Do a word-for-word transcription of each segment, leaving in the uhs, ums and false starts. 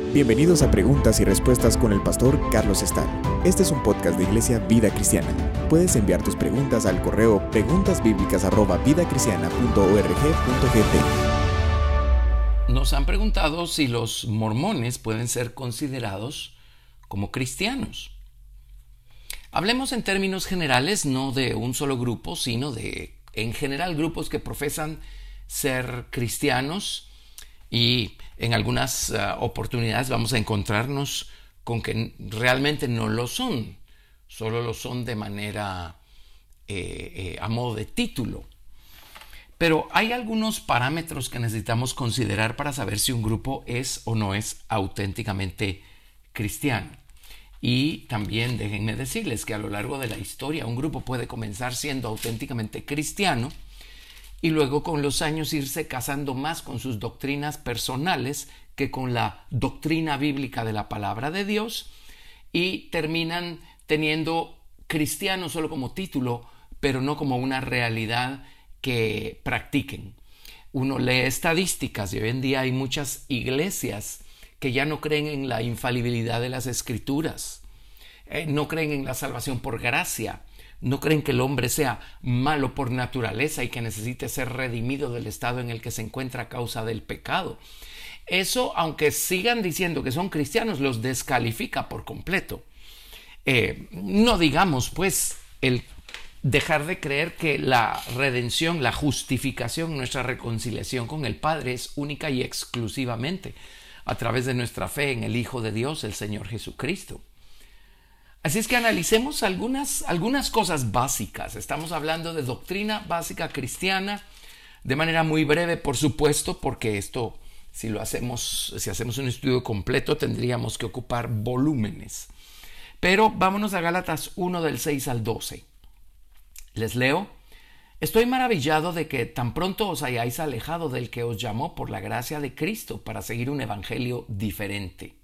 Bienvenidos a Preguntas y Respuestas con el pastor Carlos Estal. Este es un podcast de Iglesia Vida Cristiana. Puedes enviar tus preguntas al correo preguntasbiblicas arroba vidacristiana punto org punto gt. Nos han preguntado si los mormones pueden ser considerados como cristianos. Hablemos en términos generales, no de un solo grupo, sino de, en general, grupos que profesan ser cristianos, y en algunas uh, oportunidades vamos a encontrarnos con que realmente no lo son, solo lo son de manera eh, eh, a modo de título. Pero hay algunos parámetros que necesitamos considerar para saber si un grupo es o no es auténticamente cristiano. Y también déjenme decirles que a lo largo de la historia un grupo puede comenzar siendo auténticamente cristiano y luego con los años irse casando más con sus doctrinas personales que con la doctrina bíblica de la palabra de Dios, y terminan teniendo cristiano solo como título, pero no como una realidad que practiquen. Uno lee estadísticas y hoy en día hay muchas iglesias que ya no creen en la infalibilidad de las escrituras, eh, no creen en la salvación por gracia, no creen que el hombre sea malo por naturaleza y que necesite ser redimido del estado en el que se encuentra a causa del pecado. Eso, aunque sigan diciendo que son cristianos, los descalifica por completo. Eh, no digamos, pues, el dejar de creer que la redención, la justificación, nuestra reconciliación con el Padre es única y exclusivamente a través de nuestra fe en el Hijo de Dios, el Señor Jesucristo. Así es que analicemos algunas, algunas cosas básicas. Estamos hablando de doctrina básica cristiana de manera muy breve, por supuesto, porque esto, si lo hacemos, si hacemos un estudio completo, tendríamos que ocupar volúmenes. Pero vámonos a Gálatas uno del seis al doce. Les leo: Estoy maravillado de que tan pronto os hayáis alejado del que os llamó por la gracia de Cristo para seguir un evangelio diferente.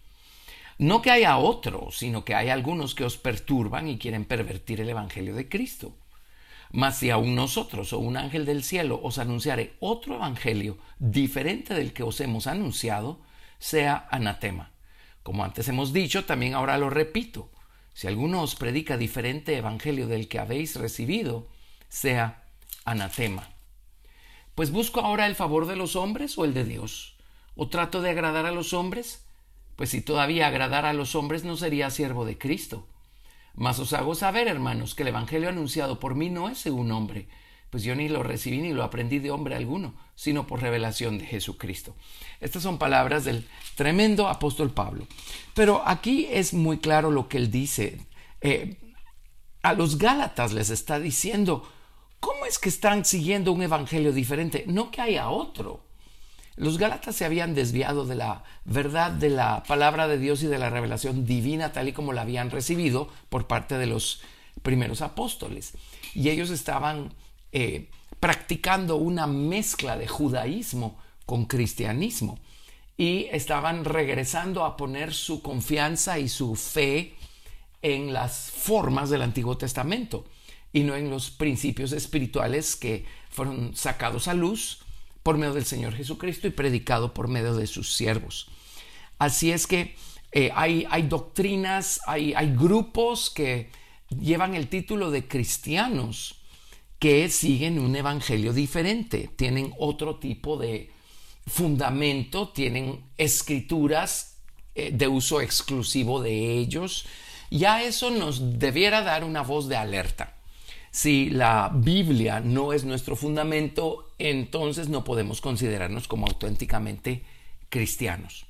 No que haya otro, sino que hay algunos que os perturban y quieren pervertir el evangelio de Cristo. Mas si aún nosotros o un ángel del cielo os anunciare otro evangelio diferente del que os hemos anunciado, sea anatema. Como antes hemos dicho, también ahora lo repito: si alguno os predica diferente evangelio del que habéis recibido, sea anatema. Pues busco ahora el favor de los hombres o el de Dios, o trato de agradar a los hombres. Pues si todavía agradara a los hombres, no sería siervo de Cristo. Mas os hago saber, hermanos, que el evangelio anunciado por mí no es según hombre, pues yo ni lo recibí ni lo aprendí de hombre alguno, sino por revelación de Jesucristo. Estas son palabras del tremendo apóstol Pablo. Pero aquí es muy claro lo que él dice. Eh, a los Gálatas les está diciendo: ¿cómo es que están siguiendo un evangelio diferente? No que haya otro. Los Gálatas se habían desviado de la verdad de la palabra de Dios y de la revelación divina tal y como la habían recibido por parte de los primeros apóstoles. Y ellos estaban eh, practicando una mezcla de judaísmo con cristianismo. Y estaban regresando a poner su confianza y su fe en las formas del Antiguo Testamento y no en los principios espirituales que fueron sacados a luz por medio del Señor Jesucristo y predicado por medio de sus siervos. Así es que eh, hay, hay doctrinas, hay, hay grupos que llevan el título de cristianos que siguen un evangelio diferente, tienen otro tipo de fundamento, tienen escrituras eh, de uso exclusivo de ellos. Ya eso nos debiera dar una voz de alerta. Si la Biblia no es nuestro fundamento, entonces no podemos considerarnos como auténticamente cristianos.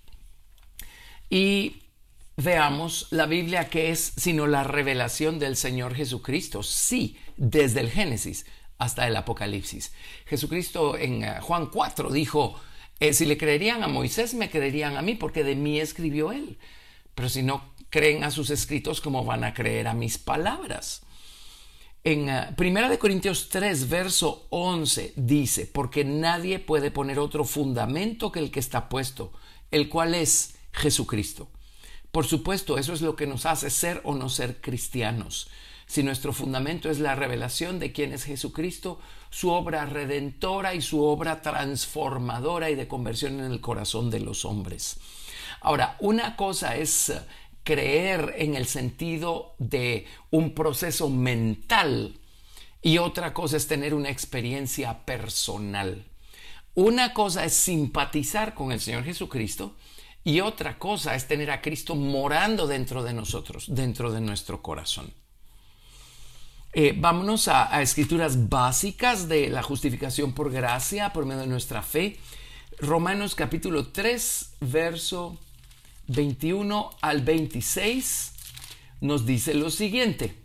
Y veamos la Biblia, que es sino la revelación del Señor Jesucristo. Sí, desde el Génesis hasta el Apocalipsis. Jesucristo en Juan cuatro dijo: eh, si le creerían a Moisés, me creerían a mí, porque de mí escribió él. Pero si no creen a sus escritos, ¿cómo van a creer a mis palabras? En uh, Primera de Corintios tres, verso once, dice: porque nadie puede poner otro fundamento que el que está puesto, el cual es Jesucristo. Por supuesto, eso es lo que nos hace ser o no ser cristianos. Si nuestro fundamento es la revelación de quién es Jesucristo, su obra redentora y su obra transformadora y de conversión en el corazón de los hombres. Ahora, una cosa es creer en el sentido de un proceso mental y otra cosa es tener una experiencia personal. Una cosa es simpatizar con el Señor Jesucristo y otra cosa es tener a Cristo morando dentro de nosotros, dentro de nuestro corazón. Eh, vámonos a, a escrituras básicas de la justificación por gracia, por medio de nuestra fe. Romanos capítulo tres, verso veintiuno al veintiséis, nos dice lo siguiente.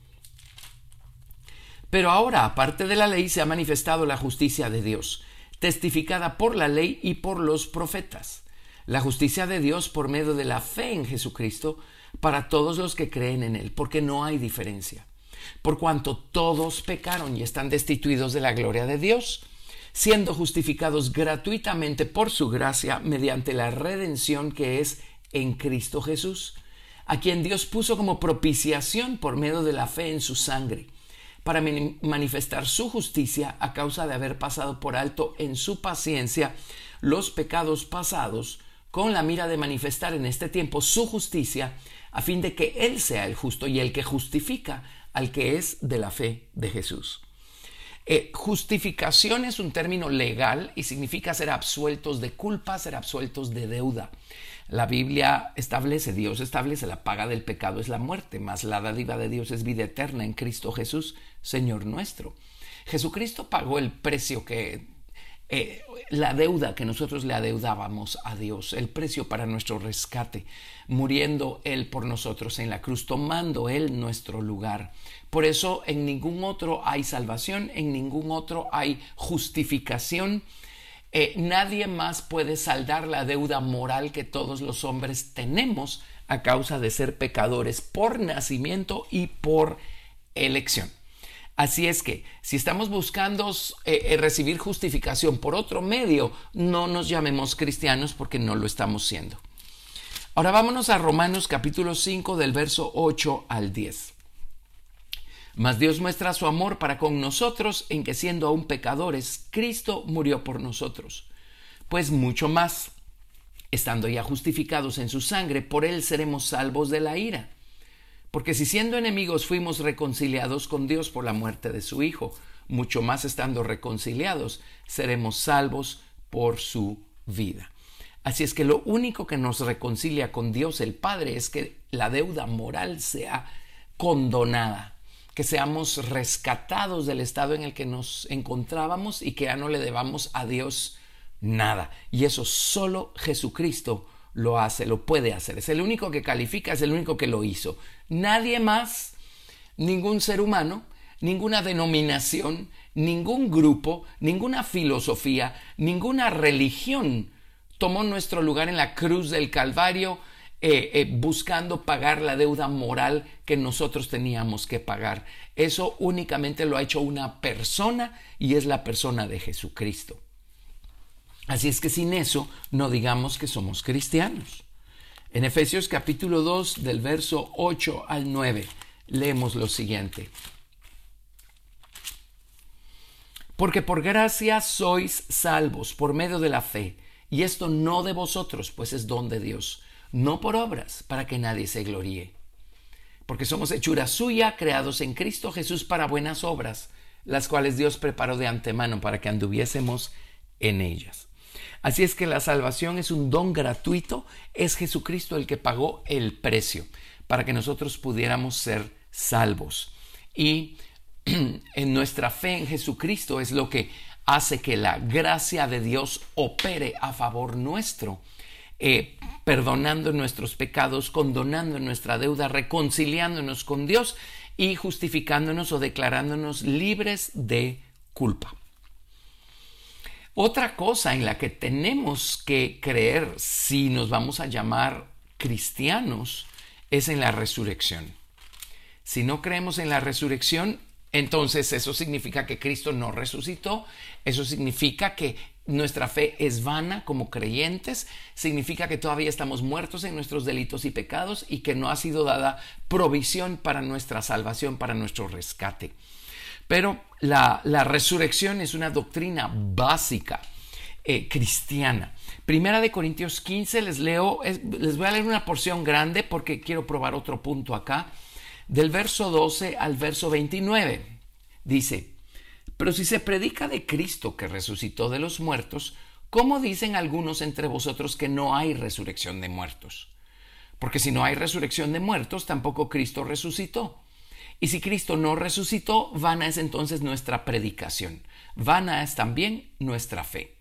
Pero ahora, aparte de la ley, se ha manifestado la justicia de Dios, testificada por la ley y por los profetas. La justicia de Dios por medio de la fe en Jesucristo para todos los que creen en Él, porque no hay diferencia. Por cuanto todos pecaron y están destituidos de la gloria de Dios, siendo justificados gratuitamente por su gracia mediante la redención que es en Cristo Jesús, a quien Dios puso como propiciación por medio de la fe en su sangre, para manifestar su justicia a causa de haber pasado por alto en su paciencia los pecados pasados, con la mira de manifestar en este tiempo su justicia, a fin de que Él sea el justo y el que justifica al que es de la fe de Jesús. Eh, justificación es un término legal y significa ser absueltos de culpa, ser absueltos de deuda. La Biblia establece, Dios establece, la paga del pecado es la muerte, mas la dádiva de Dios es vida eterna en Cristo Jesús, Señor nuestro. Jesucristo pagó el precio que, eh, la deuda que nosotros le adeudábamos a Dios, el precio para nuestro rescate, muriendo Él por nosotros en la cruz, tomando Él nuestro lugar. Por eso en ningún otro hay salvación, en ningún otro hay justificación. Eh, nadie más puede saldar la deuda moral que todos los hombres tenemos a causa de ser pecadores por nacimiento y por elección. Así es que si estamos buscando eh, recibir justificación por otro medio, no nos llamemos cristianos porque no lo estamos siendo. Ahora vámonos a Romanos capítulo cinco del verso ocho al diez. Mas Dios muestra su amor para con nosotros en que siendo aún pecadores, Cristo murió por nosotros. Pues mucho más, estando ya justificados en su sangre, por Él seremos salvos de la ira. Porque si siendo enemigos fuimos reconciliados con Dios por la muerte de su Hijo, mucho más estando reconciliados, seremos salvos por su vida. Así es que lo único que nos reconcilia con Dios el Padre es que la deuda moral sea condonada, que seamos rescatados del estado en el que nos encontrábamos y que ya no le debamos a Dios nada. Y eso solo Jesucristo lo hace, lo puede hacer. Es el único que califica, es el único que lo hizo. Nadie más, ningún ser humano, ninguna denominación, ningún grupo, ninguna filosofía, ninguna religión tomó nuestro lugar en la cruz del Calvario, Eh, eh, buscando pagar la deuda moral que nosotros teníamos que pagar. Eso únicamente lo ha hecho una persona y es la persona de Jesucristo. Así es que sin eso no digamos que somos cristianos. En Efesios capítulo dos del verso ocho al nueve leemos lo siguiente. Porque por gracia sois salvos por medio de la fe, y esto no de vosotros, pues es don de Dios, no por obras, para que nadie se gloríe. Porque somos hechura suya, creados en Cristo Jesús para buenas obras, las cuales Dios preparó de antemano para que anduviésemos en ellas. Así es que la salvación es un don gratuito, es Jesucristo el que pagó el precio para que nosotros pudiéramos ser salvos. Y en nuestra fe en Jesucristo es lo que hace que la gracia de Dios opere a favor nuestro, eh, perdonando nuestros pecados, condonando nuestra deuda, reconciliándonos con Dios y justificándonos o declarándonos libres de culpa. Otra cosa en la que tenemos que creer si nos vamos a llamar cristianos es en la resurrección. Si no creemos en la resurrección, entonces eso significa que Cristo no resucitó, eso significa que nuestra fe es vana como creyentes, significa que todavía estamos muertos en nuestros delitos y pecados y que no ha sido dada provisión para nuestra salvación, para nuestro rescate. Pero la, la resurrección es una doctrina básica eh, cristiana. Primera de Corintios quince, les leo, es, les voy a leer una porción grande porque quiero probar otro punto acá. Del verso doce al verso veintinueve. Dice: pero si se predica de Cristo que resucitó de los muertos, ¿cómo dicen algunos entre vosotros que no hay resurrección de muertos? Porque si no hay resurrección de muertos, tampoco Cristo resucitó. Y si Cristo no resucitó, vana es entonces nuestra predicación, vana es también nuestra fe.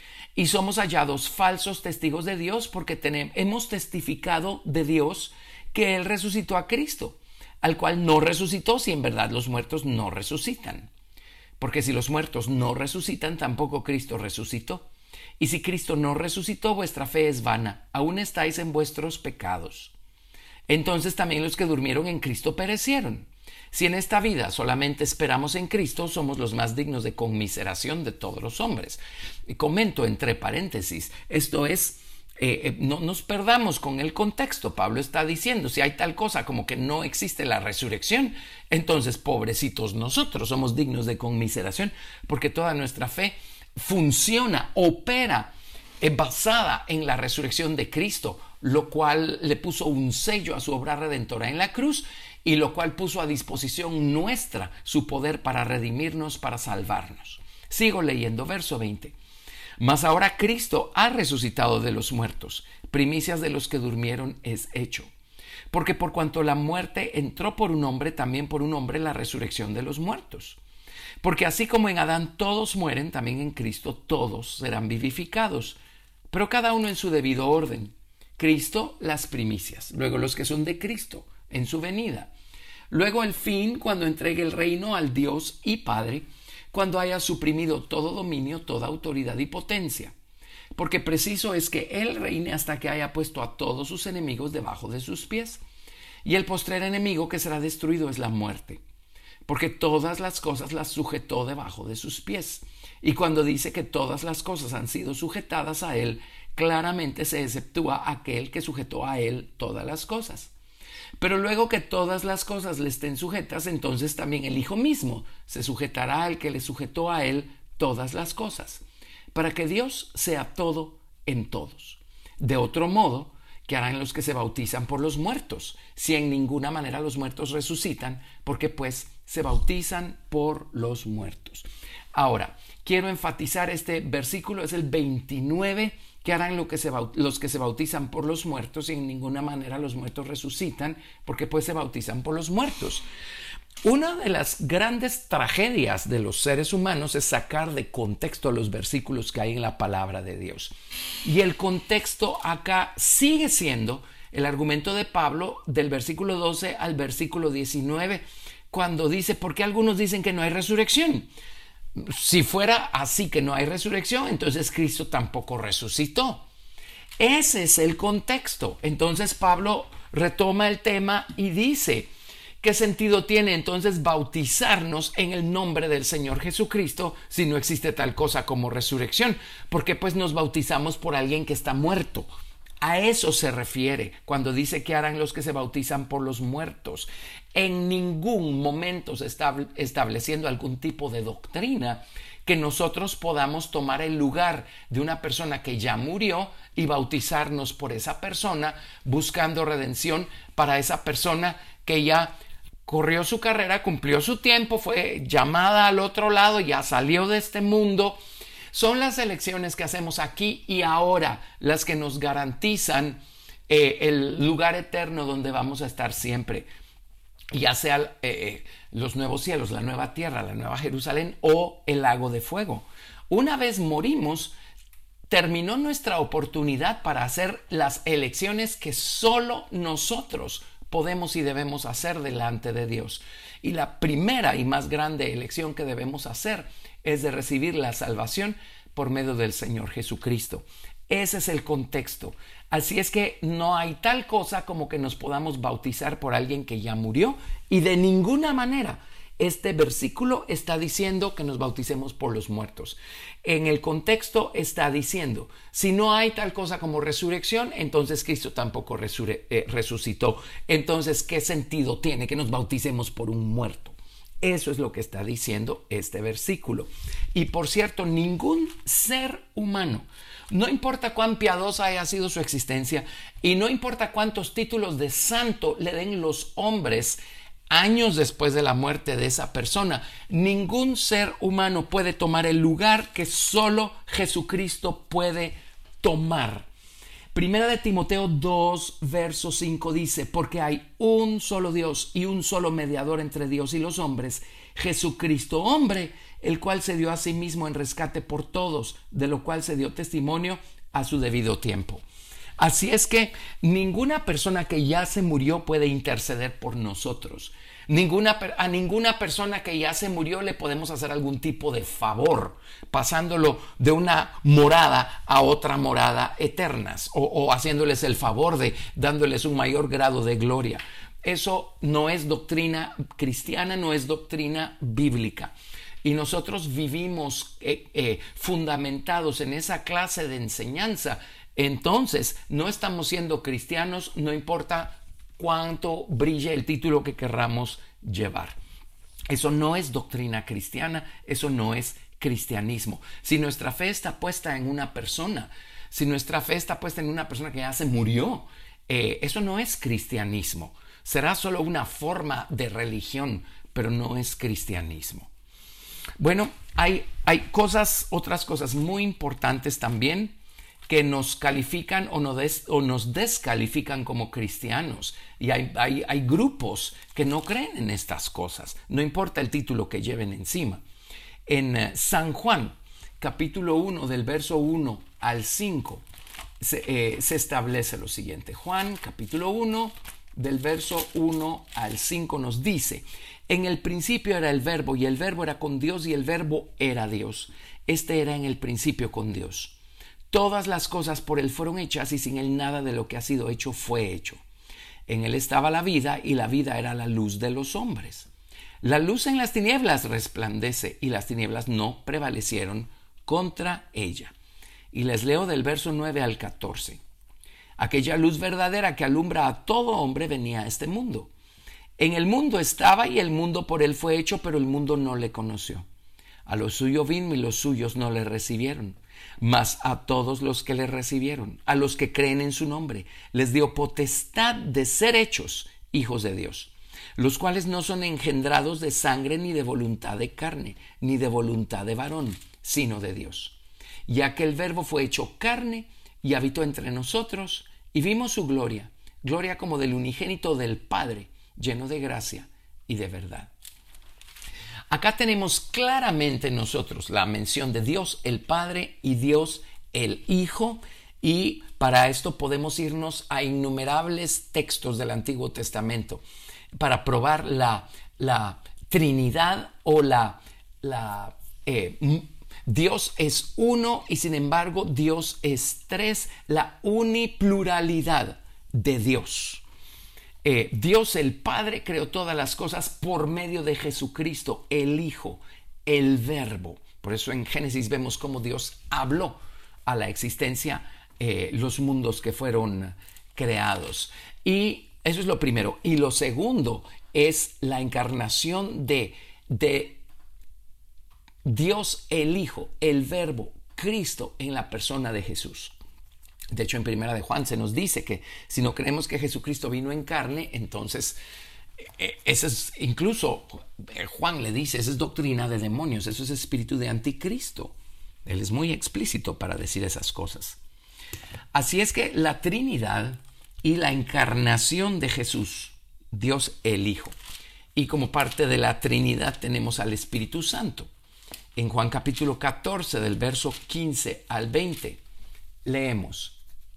Y somos hallados falsos testigos de Dios porque tenemos, hemos testificado de Dios que Él resucitó a Cristo, al cual no resucitó si en verdad los muertos no resucitan. Porque si los muertos no resucitan, tampoco Cristo resucitó. Y si Cristo no resucitó, vuestra fe es vana, aún estáis en vuestros pecados. Entonces también los que durmieron en Cristo perecieron. Si en esta vida solamente esperamos en Cristo, somos los más dignos de conmiseración de todos los hombres. Y comento entre paréntesis, esto es, eh, eh, no nos perdamos con el contexto. Pablo está diciendo, si hay tal cosa como que no existe la resurrección, entonces pobrecitos nosotros somos dignos de conmiseración, porque toda nuestra fe funciona, opera, eh, basada en la resurrección de Cristo, lo cual le puso un sello a su obra redentora en la cruz y lo cual puso a disposición nuestra su poder para redimirnos, para salvarnos. Sigo leyendo, verso veinte. Mas ahora Cristo ha resucitado de los muertos, primicias de los que durmieron es hecho. Porque por cuanto la muerte entró por un hombre, también por un hombre la resurrección de los muertos. Porque así como en Adán todos mueren, también en Cristo todos serán vivificados, pero cada uno en su debido orden. Cristo las primicias, luego los que son de Cristo en su venida. Luego el fin, cuando entregue el reino al Dios y Padre, cuando haya suprimido todo dominio, toda autoridad y potencia. Porque preciso es que Él reine hasta que haya puesto a todos sus enemigos debajo de sus pies. Y el postrer enemigo que será destruido es la muerte. Porque todas las cosas las sujetó debajo de sus pies. Y cuando dice que todas las cosas han sido sujetadas a Él, claramente se exceptúa aquel que sujetó a Él todas las cosas. Pero luego que todas las cosas le estén sujetas, entonces también el Hijo mismo se sujetará al que le sujetó a Él todas las cosas, para que Dios sea todo en todos. De otro modo, ¿qué harán los que se bautizan por los muertos? Si en ninguna manera los muertos resucitan, porque pues se bautizan por los muertos. Ahora, quiero enfatizar este versículo, es el veintinueve, que harán lo que se, los que se bautizan por los muertos, y en ninguna manera los muertos resucitan, porque pues se bautizan por los muertos. Una de las grandes tragedias de los seres humanos es sacar de contexto los versículos que hay en la palabra de Dios. Y el contexto acá sigue siendo el argumento de Pablo del versículo doce al versículo diecinueve, cuando dice, ¿por qué algunos dicen que no hay resurrección? Si fuera así que no hay resurrección, entonces Cristo tampoco resucitó. Ese es el contexto. Entonces Pablo retoma el tema y dice, ¿qué sentido tiene entonces bautizarnos en el nombre del Señor Jesucristo si no existe tal cosa como resurrección? Porque pues nos bautizamos por alguien que está muerto. A eso se refiere cuando dice que harán los que se bautizan por los muertos. En ningún momento se está estableciendo algún tipo de doctrina que nosotros podamos tomar el lugar de una persona que ya murió y bautizarnos por esa persona, buscando redención para esa persona que ya corrió su carrera, cumplió su tiempo, fue llamada al otro lado, ya salió de este mundo. Son las elecciones que hacemos aquí y ahora las que nos garantizan eh, el lugar eterno donde vamos a estar siempre, ya sea eh, los nuevos cielos, la nueva tierra, la nueva Jerusalén o el lago de fuego. Una vez morimos, terminó nuestra oportunidad para hacer las elecciones que solo nosotros podemos y debemos hacer delante de Dios. Y la primera y más grande elección que debemos hacer es de recibir la salvación por medio del Señor Jesucristo. Ese es el contexto. Así es que no hay tal cosa como que nos podamos bautizar por alguien que ya murió, y de ninguna manera este versículo está diciendo que nos bauticemos por los muertos. En el contexto está diciendo, si no hay tal cosa como resurrección, entonces Cristo tampoco resure- eh, resucitó. Entonces, ¿qué sentido tiene que nos bauticemos por un muerto? Eso es lo que está diciendo este versículo. Y por cierto, ningún ser humano, no importa cuán piadosa haya sido su existencia y no importa cuántos títulos de santo le den los hombres años después de la muerte de esa persona, ningún ser humano puede tomar el lugar que solo Jesucristo puede tomar. Primera de Timoteo dos, verso cinco dice, porque hay un solo Dios y un solo mediador entre Dios y los hombres, Jesucristo hombre, el cual se dio a sí mismo en rescate por todos, de lo cual se dio testimonio a su debido tiempo. Así es que ninguna persona que ya se murió puede interceder por nosotros. Ninguna, a ninguna persona que ya se murió le podemos hacer algún tipo de favor, pasándolo de una morada a otra morada eternas, o, o haciéndoles el favor de dándoles un mayor grado de gloria. Eso no es doctrina cristiana, no es doctrina bíblica. Y nosotros vivimos eh, eh, fundamentados en esa clase de enseñanza. Entonces, no estamos siendo cristianos, no importa cuánto brille el título que querramos llevar. Eso no es doctrina cristiana, eso no es cristianismo. Si nuestra fe está puesta en una persona, si nuestra fe está puesta en una persona que ya se murió, eh, eso no es cristianismo. Será solo una forma de religión, pero no es cristianismo. Bueno, hay, hay cosas, otras cosas muy importantes también que nos califican o, no des, o nos descalifican como cristianos. Y hay, hay, hay grupos que no creen en estas cosas, no importa el título que lleven encima. En uh, San Juan, capítulo uno, del verso uno al cinco, se, eh, se establece lo siguiente. Juan, capítulo uno, del verso uno al cinco nos dice: en el principio era el verbo, y el verbo era con Dios, y el verbo era Dios. Este era en el principio con Dios. Todas las cosas por él fueron hechas, y sin él nada de lo que ha sido hecho fue hecho. En él estaba la vida, y la vida era la luz de los hombres. La luz en las tinieblas resplandece, y las tinieblas no prevalecieron contra ella. Y les leo del verso nueve al catorce. Aquella luz verdadera que alumbra a todo hombre venía a este mundo. En el mundo estaba, y el mundo por él fue hecho, pero el mundo no le conoció. A lo suyo vino, y los suyos no le recibieron. Mas a todos los que le recibieron, a los que creen en su nombre, les dio potestad de ser hechos hijos de Dios, los cuales no son engendrados de sangre, ni de voluntad de carne, ni de voluntad de varón, sino de Dios. Ya que el Verbo fue hecho carne y habitó entre nosotros, y vimos su gloria, gloria como del unigénito del Padre, lleno de gracia y de verdad. Acá tenemos claramente nosotros la mención de Dios el Padre y Dios el Hijo, y para esto podemos irnos a innumerables textos del Antiguo Testamento para probar la, la Trinidad o la, la eh, Dios es uno y sin embargo Dios es tres, la unipluralidad de Dios. Eh, Dios el Padre creó todas las cosas por medio de Jesucristo, el Hijo, el Verbo. Por eso en Génesis vemos cómo Dios habló a la existencia eh, los mundos que fueron creados. Y eso es lo primero. Y lo segundo es la encarnación de, de Dios el Hijo, el Verbo, Cristo en la persona de Jesús. De hecho, en Primera de Juan se nos dice que si no creemos que Jesucristo vino en carne, entonces eh, ese es, incluso Juan le dice, esa es doctrina de demonios, eso es espíritu de anticristo. Él es muy explícito para decir esas cosas. Así es que la Trinidad y la encarnación de Jesús, Dios el Hijo, y como parte de la Trinidad tenemos al Espíritu Santo. En Juan capítulo catorce, del verso quince al veinte, leemos: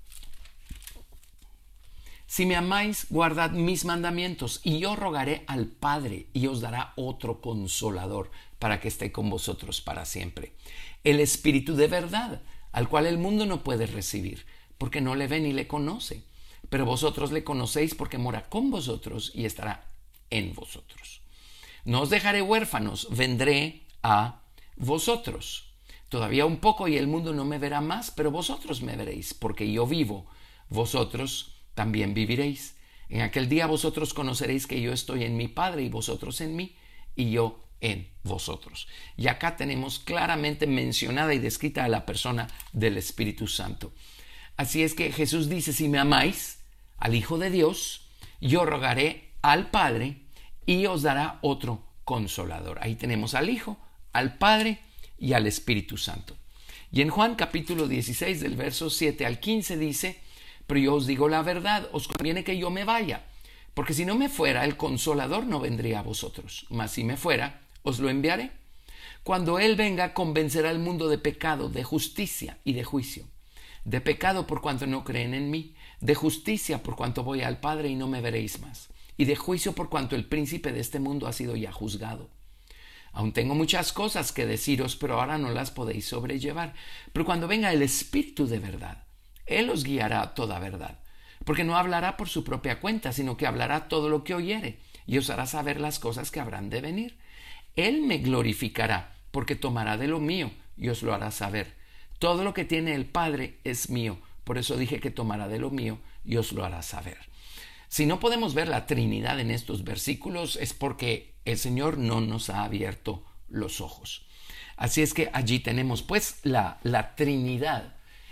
si me amáis, guardad mis mandamientos, y yo rogaré al Padre, y os dará otro consolador, para que esté con vosotros para siempre. El Espíritu de verdad, al cual el mundo no puede recibir, porque no le ve ni le conoce. Pero vosotros le conocéis, porque mora con vosotros y estará en vosotros. No os dejaré huérfanos, vendré a vosotros. Todavía un poco y el mundo no me verá más, pero vosotros me veréis, porque yo vivo, vosotros también viviréis. En aquel día vosotros conoceréis que yo estoy en mi Padre y vosotros en mí, y yo en vosotros. Y acá tenemos claramente mencionada y descrita a la persona del Espíritu Santo. Así es que Jesús dice, si me amáis al Hijo de Dios, yo rogaré al Padre y os dará otro Consolador. Ahí tenemos al Hijo, al Padre y al Espíritu Santo. Y en Juan capítulo dieciséis del verso siete al quince dice, pero yo os digo la verdad, os conviene que yo me vaya, porque si no me fuera, el Consolador no vendría a vosotros, mas si me fuera, os lo enviaré. Cuando Él venga, convencerá al mundo de pecado, de justicia y de juicio. De pecado por cuanto no creen en mí, de justicia por cuanto voy al Padre y no me veréis más, y de juicio por cuanto el príncipe de este mundo ha sido ya juzgado. Aún tengo muchas cosas que deciros, pero ahora no las podéis sobrellevar. Pero cuando venga el Espíritu de verdad, Él os guiará a toda verdad, porque no hablará por su propia cuenta, sino que hablará todo lo que oyere, y os hará saber las cosas que habrán de venir. Él me glorificará, porque tomará de lo mío y os lo hará saber. Todo lo que tiene el Padre es mío, por eso dije que tomará de lo mío y os lo hará saber. Si no podemos ver la Trinidad en estos versículos es porque el Señor no nos ha abierto los ojos. Así es que allí tenemos pues la, la Trinidad.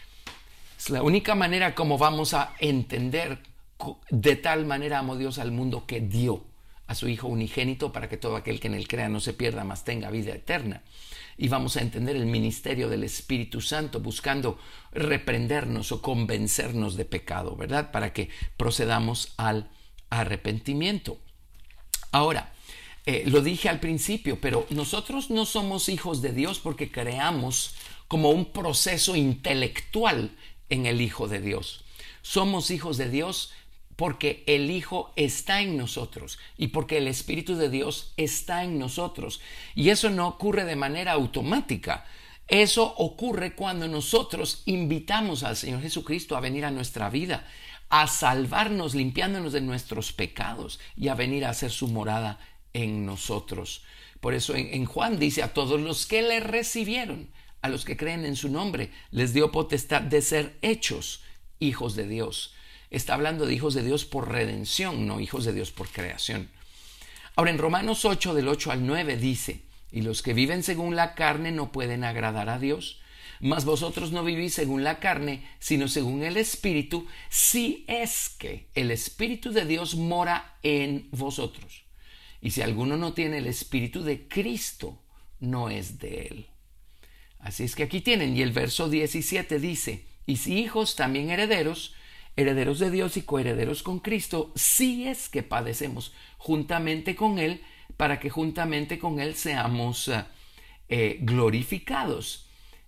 Es la única manera como vamos a entender de tal manera amó Dios al mundo que dio a su Hijo unigénito para que todo aquel que en él crea no se pierda, mas tenga vida eterna. Y vamos a entender el ministerio del Espíritu Santo buscando reprendernos o convencernos de pecado, ¿verdad? Para que procedamos al arrepentimiento. Ahora, eh, lo dije al principio, pero nosotros no somos hijos de Dios porque creamos como un proceso intelectual en el Hijo de Dios. Somos hijos de Dios porque el Hijo está en nosotros y porque el Espíritu de Dios está en nosotros. Y eso no ocurre de manera automática. Eso ocurre cuando nosotros invitamos al Señor Jesucristo a venir a nuestra vida, a salvarnos, limpiándonos de nuestros pecados y a venir a hacer su morada en nosotros. Por eso en, en Juan dice, a todos los que le recibieron, a los que creen en su nombre, les dio potestad de ser hechos hijos de Dios. Está hablando de hijos de Dios por redención, no hijos de Dios por creación. Ahora en Romanos ocho, del ocho al nueve dice, y los que viven según la carne no pueden agradar a Dios, mas vosotros no vivís según la carne, sino según el Espíritu, si es que el Espíritu de Dios mora en vosotros. Y si alguno no tiene el Espíritu de Cristo, no es de él. Así es que aquí tienen, y el verso diecisiete dice, y si hijos, también herederos, herederos de Dios y coherederos con Cristo, si es que padecemos juntamente con Él, para que juntamente con Él seamos uh, eh, glorificados.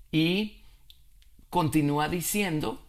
Y continúa diciendo,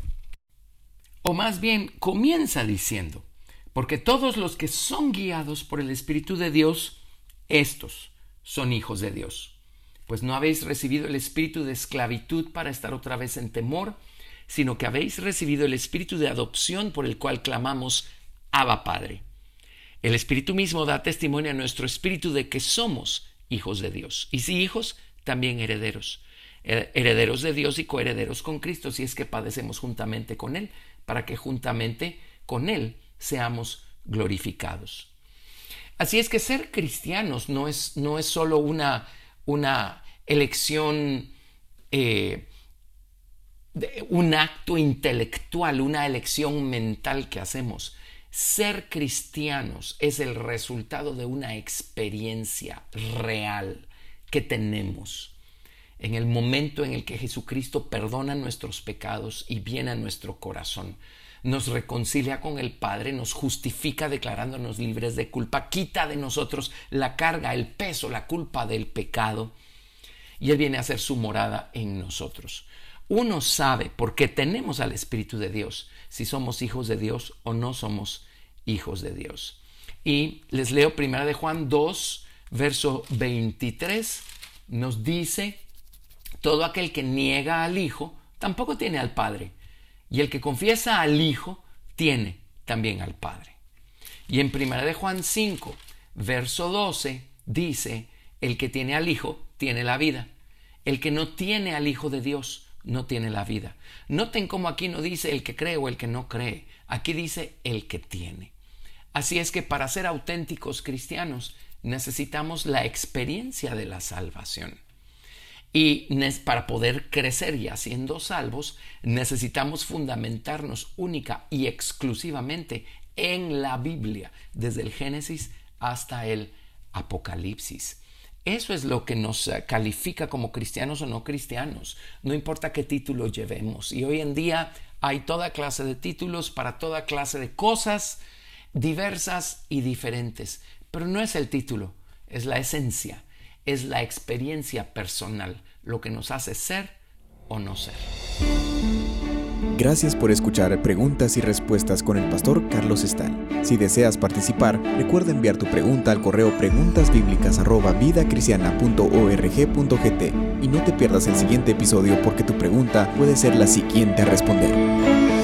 o más bien comienza diciendo, porque todos los que son guiados por el Espíritu de Dios, estos son hijos de Dios. Pues no habéis recibido el espíritu de esclavitud para estar otra vez en temor, sino que habéis recibido el espíritu de adopción por el cual clamamos, Abba Padre. El Espíritu mismo da testimonio a nuestro espíritu de que somos hijos de Dios. Y si hijos, también herederos. Herederos de Dios y coherederos con Cristo, si es que padecemos juntamente con Él, para que juntamente con Él seamos glorificados. Así es que ser cristianos no es, no es solo una, una elección eh, un acto intelectual, una elección mental que hacemos. Ser cristianos es el resultado de una experiencia real que tenemos en el momento en el que Jesucristo perdona nuestros pecados y viene a nuestro corazón, nos reconcilia con el Padre, nos justifica declarándonos libres de culpa, quita de nosotros la carga, el peso, la culpa del pecado, y Él viene a hacer su morada en nosotros. Uno sabe, porque tenemos al Espíritu de Dios, si somos hijos de Dios o no somos hijos de Dios. Y les leo primera de Juan dos, verso veintitrés, nos dice, todo aquel que niega al Hijo, tampoco tiene al Padre, y el que confiesa al Hijo, tiene también al Padre. Y en primera de Juan cinco, verso doce, dice, el que tiene al Hijo, tiene la vida. El que no tiene al Hijo de Dios, no tiene la vida. Noten cómo aquí no dice el que cree o el que no cree. Aquí dice el que tiene. Así es que para ser auténticos cristianos necesitamos la experiencia de la salvación. Y para poder crecer ya siendo salvos, necesitamos fundamentarnos única y exclusivamente en la Biblia, desde el Génesis hasta el Apocalipsis. Eso es lo que nos califica como cristianos o no cristianos, no importa qué título llevemos. Y hoy en día hay toda clase de títulos para toda clase de cosas diversas y diferentes, pero no es el título, es la esencia. Es la experiencia personal lo que nos hace ser o no ser. Gracias por escuchar Preguntas y Respuestas con el pastor Carlos Estal. Si deseas participar, recuerda enviar tu pregunta al correo preguntasbiblicas arroba vidacristiana punto org punto gt y no te pierdas el siguiente episodio porque tu pregunta puede ser la siguiente a responder.